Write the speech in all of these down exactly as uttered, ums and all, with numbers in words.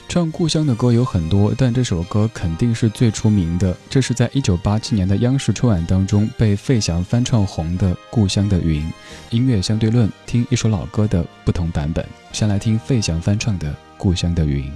唱故乡的歌有很多，但这首歌肯定是最出名的。这是在一九八七年的央视春晚当中被费翔翻唱红的《故乡的云》。音乐相对论，听一首老歌的不同版本。先来听费翔翻唱的《故乡的云》。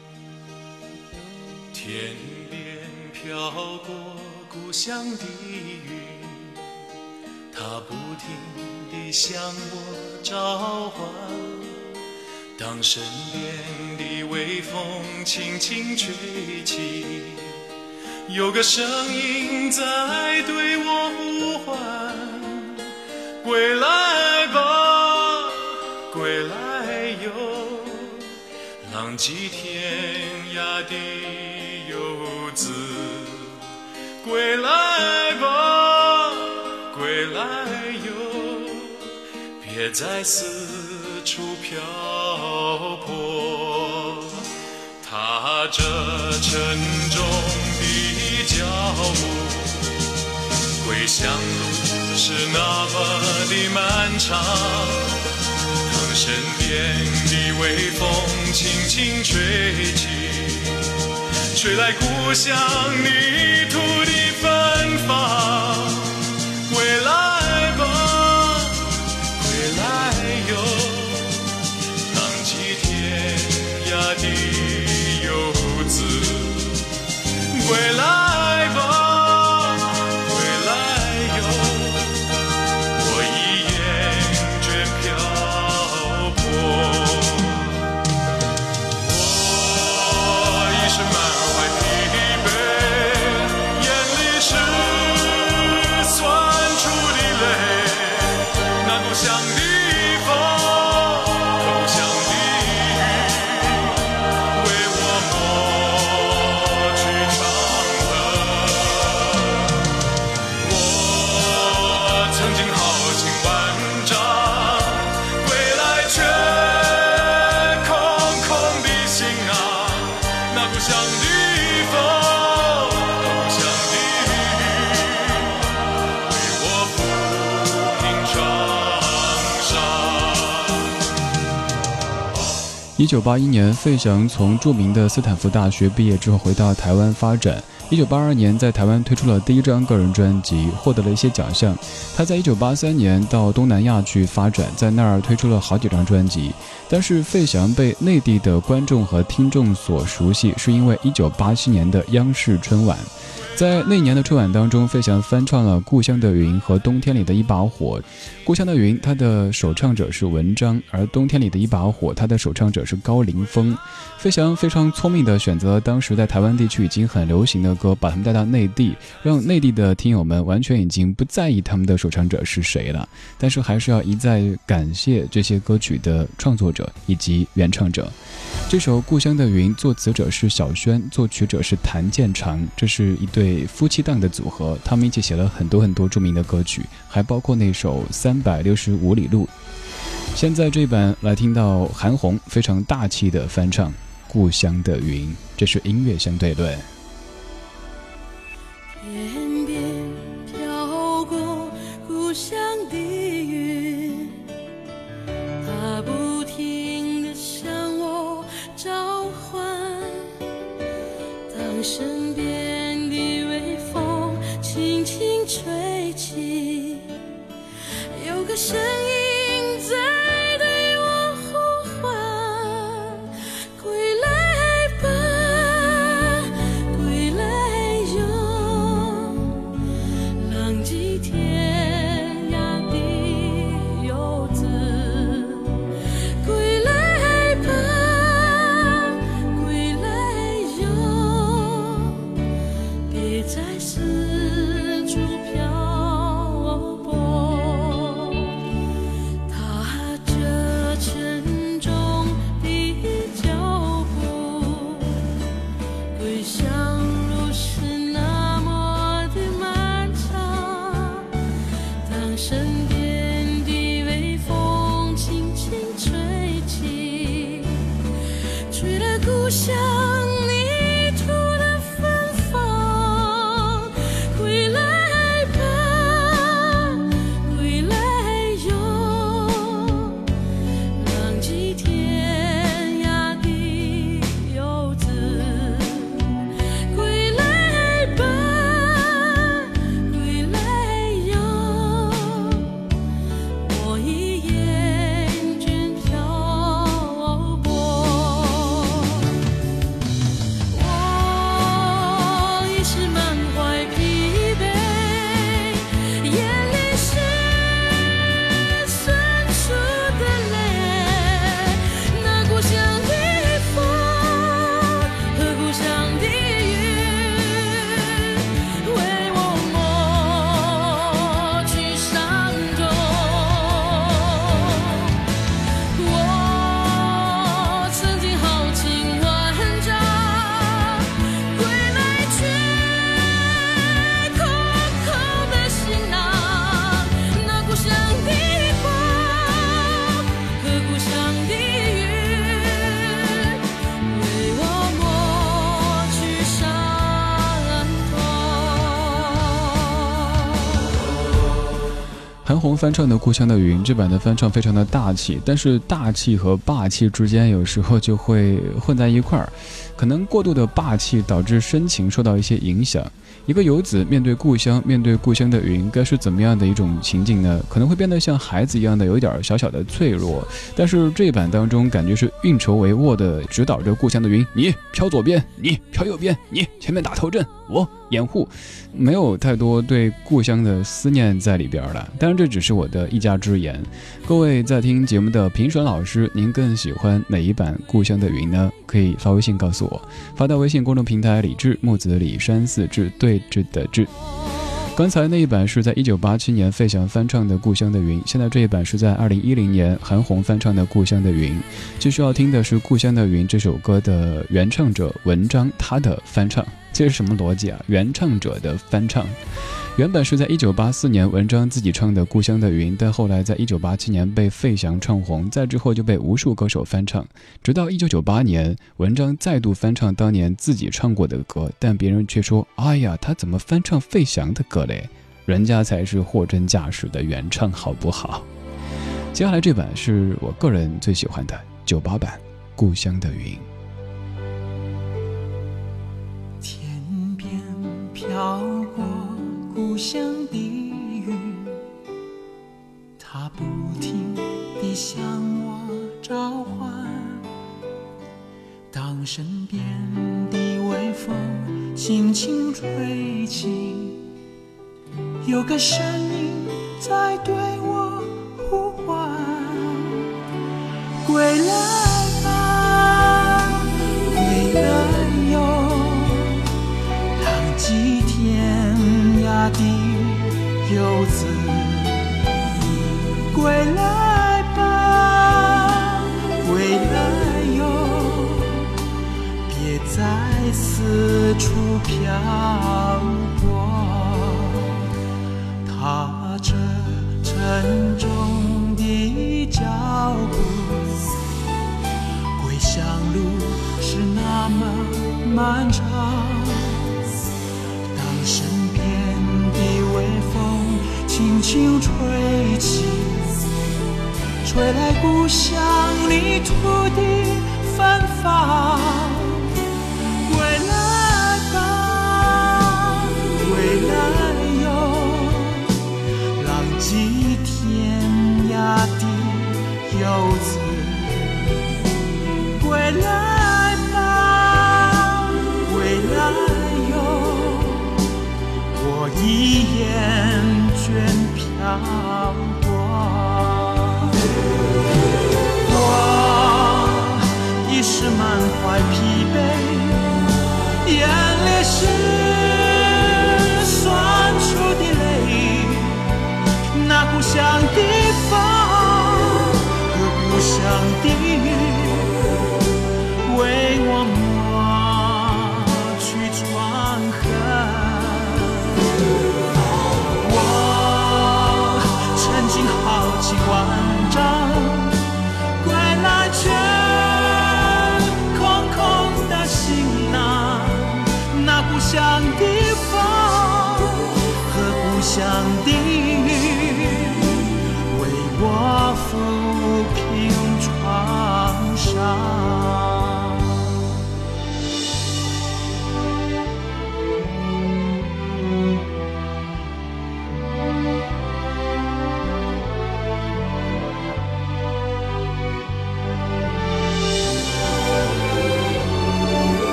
天边飘过故乡的云，它不停地向我召唤。当身边的微风轻轻吹起，有个声音在对我呼唤，归来吧，归来哟，浪迹天涯的游子，归来吧，归来哟，别再四处漂泊。踏着沉重的脚步，归乡路是那么的漫长。当身边的微风轻轻吹起，吹来故乡泥土的芬芳。归来吧，归来哟，浪迹天涯的游子，归来吧，归来哟，我已厌倦漂泊。我一身满怀疲惫，眼里是酸楚的泪，那故乡的风，故乡的雨，为我抹去长河。我曾经豪情万丈，归来却空空的行囊。那故乡的风，故乡的雨，为我抚平创伤。 一九八一年，费翔从著名的斯坦福大学毕业之后回到台湾发展。一九八二年在台湾推出了第一张个人专辑，获得了一些奖项。他在一九八三年到东南亚去发展，在那儿推出了好几张专辑。但是费翔被内地的观众和听众所熟悉，是因为一九八七年的央视春晚。在那年的春晚当中，费翔翻唱了《故乡的云》和《冬天里的一把火》。《故乡的云》他的首唱者是文章，而《冬天里的一把火》他的首唱者是高凌风。费翔非常聪明地选择了当时在台湾地区已经很流行的歌，把他们带到内地，让内地的听友们完全已经不在意他们的首唱者是谁了，但是还是要一再感谢这些歌曲的创作者以及原唱者。这首《故乡的云》作词者是小轩，作曲者是谭健常，这是一对夫妻档的组合，他们一起写了很多很多著名的歌曲，还包括那首《三百六十五里路》。现在这版来听到韩红非常大气的翻唱《故乡的云》，这是音乐相对论。 天边飘过故乡的云，它不停地向我召唤。当身边的微风轻轻吹起，有个声音在对我呼唤，归来吧，归来哟，浪迹天涯的游子，归来吧，归来哟，别再四处漂泊。踏着沉重的脚步，归乡路是那么的漫长。当身边的微风轻轻吹起，吹来故乡泥土的芬芳。归来吧，归来哟，浪迹天涯的游韩红翻唱的《故乡的云》，这版的翻唱非常的大气，但是大气和霸气之间有时候就会混在一块儿，可能过度的霸气导致深情受到一些影响。一个游子面对故乡，面对故乡的云，该是怎么样的一种情景呢？可能会变得像孩子一样的有一点小小的脆弱，但是这一版当中感觉是运筹帷幄的指导着故乡的云，你飘左边，你飘右边，你前面打头阵，我掩护，没有太多对故乡的思念在里边了。当然这只是我的一家之言，各位在听节目的评审老师，您更喜欢哪一版故乡的云呢？可以发微信告诉我，发到微信公众平台李志，木子李山四志对峙的志。刚才那一版是在一九八七年费翔翻唱的《故乡的云》，现在这一版是在二零一零年韩红翻唱的《故乡的云》。继续要听的是《故乡的云》这首歌的原唱者文章他的翻唱，这是什么逻辑啊？原唱者的翻唱。原本是在一九八四年文章自己唱的《故乡的云》，但后来在一九八七年被费翔唱红，再之后就被无数歌手翻唱，直到一九九八年文章再度翻唱当年自己唱过的歌，但别人却说，哎呀，他怎么翻唱费翔的歌嘞？人家才是货真价实的原唱，好不好？接下来这版是我个人最喜欢的九八版《故乡的云》。 天边飘过故乡的云，它不停地向我召唤。当身边的微风轻轻吹起，有个声音在对我呼唤，归来吧，归来哟，浪迹天涯的游子，归来吧，归来哟，别再四处漂泊，踏着沉重的脚步，归乡路是那么漫长。当身边的微风轻轻吹起，吹来故乡泥土的芬芳。归来吧，归来哟，浪迹天涯的游子，归来吧，归来哟，我一眼倦漂泊，我已是满怀疲惫，眼泪是酸楚的泪，那故乡的风和故乡的雨，为我抹去创痕。我曾经豪情万丈，归来却空空的行囊，那故乡的风和故乡的雨，为我抚平创伤。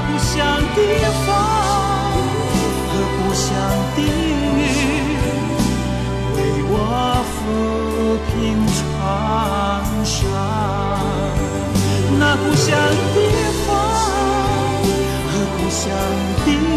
故乡的风和故乡的雨，为我抚平创伤。那故乡的风和故乡的